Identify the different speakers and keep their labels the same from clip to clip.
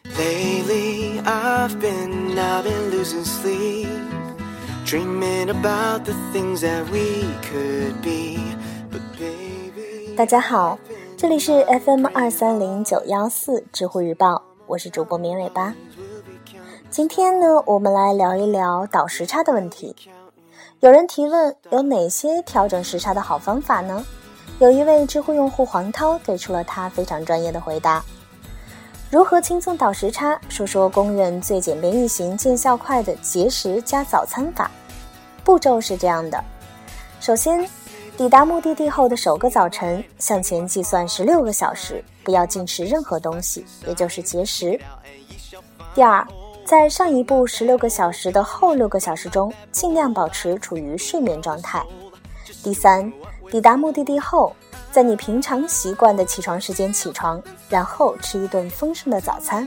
Speaker 1: Lately I've been losing sleep, dreaming about the things that we could be, but baby
Speaker 2: 大家好，这里是 FM230914 知乎日报，我是主播绵尾巴。今天呢，我们来聊一聊倒时差的问题。有人提问，有哪些调整时差的好方法呢？有一位知乎用户黄涛给出了他非常专业的回答。如何轻松倒时差？说说公认最简便易行、见效快的节食加早餐法。步骤是这样的：首先，抵达目的地后的首个早晨，向前计算16个小时，不要进食任何东西，也就是节食。第二，在上一步16个小时的后6个小时中，尽量保持处于睡眠状态。第三，抵达目的地后，在你平常习惯的起床时间起床，然后吃一顿丰盛的早餐。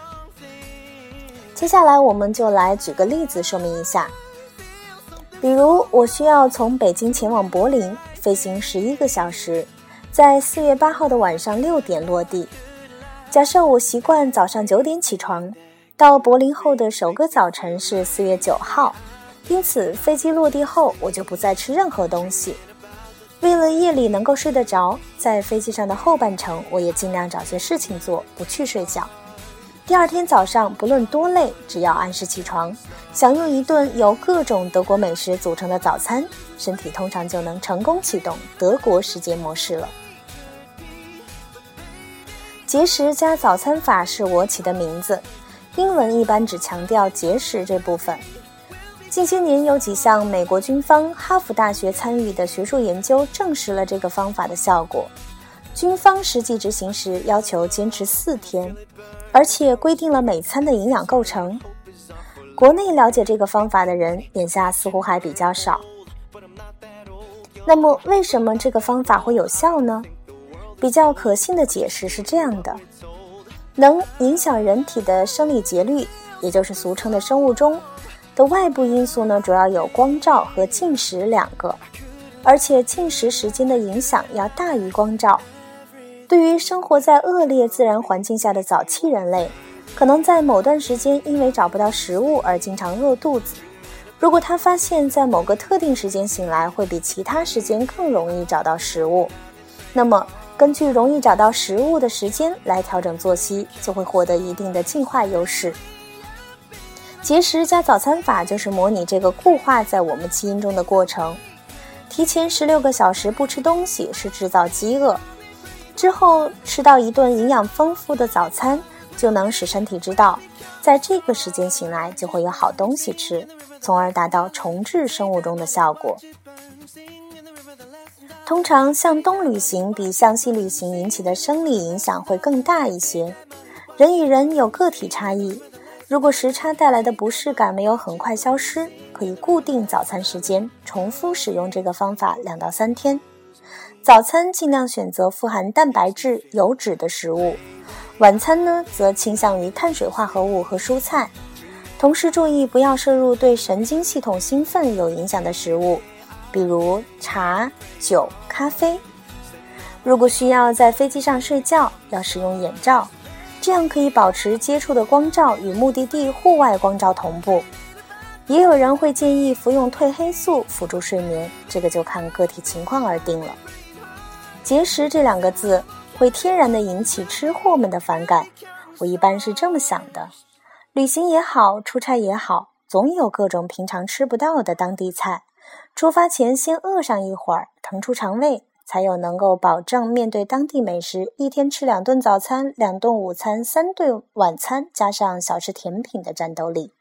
Speaker 2: 接下来我们就来举个例子说明一下。比如我需要从北京前往柏林，飞行11个小时，在4月8号的晚上6点落地。假设我习惯早上9点起床，到柏林后的首个早晨是4月9号，因此飞机落地后我就不再吃任何东西。为了夜里能够睡得着，在飞机上的后半程我也尽量找些事情做，不去睡觉。第二天早上不论多累，只要按时起床，享用一顿由各种德国美食组成的早餐，身体通常就能成功启动德国时间模式了。节食加早餐法是我起的名字，英文一般只强调节食这部分。近些年有几项美国军方、哈佛大学参与的学术研究证实了这个方法的效果。军方实际执行时要求坚持4天，而且规定了每餐的营养构成。国内了解这个方法的人眼下似乎还比较少。那么为什么这个方法会有效呢？比较可信的解释是这样的：能影响人体的生理节律，也就是俗称的生物钟的外部因素呢，主要有光照和进食2个，而且进食时间的影响要大于光照。对于生活在恶劣自然环境下的早期人类，可能在某段时间因为找不到食物而经常饿肚子。如果他发现在某个特定时间醒来会比其他时间更容易找到食物，那么根据容易找到食物的时间来调整作息，就会获得一定的进化优势。节食加早餐法就是模拟这个固化在我们基因中的过程。提前16个小时不吃东西是制造饥饿，之后吃到一顿营养丰富的早餐，就能使身体知道在这个时间醒来就会有好东西吃，从而达到重置生物钟的效果。通常向东旅行比向西旅行引起的生理影响会更大一些，人与人有个体差异。如果时差带来的不适感没有很快消失，可以固定早餐时间，重复使用这个方法2到3天。早餐尽量选择富含蛋白质、油脂的食物，晚餐呢则倾向于碳水化合物和蔬菜。同时注意不要摄入对神经系统兴奋有影响的食物，比如茶、酒、咖啡。如果需要在飞机上睡觉，要使用眼罩，这样可以保持接触的光照与目的地户外光照同步。也有人会建议服用褪黑素辅助睡眠，这个就看个体情况而定了。节食这2个字会天然地引起吃货们的反感，我一般是这么想的：旅行也好，出差也好，总有各种平常吃不到的当地菜，出发前先饿上一会儿，腾出肠胃，才有能够保证面对当地美食一天吃2顿早餐、2顿午餐、3顿晚餐加上小吃甜品的战斗力。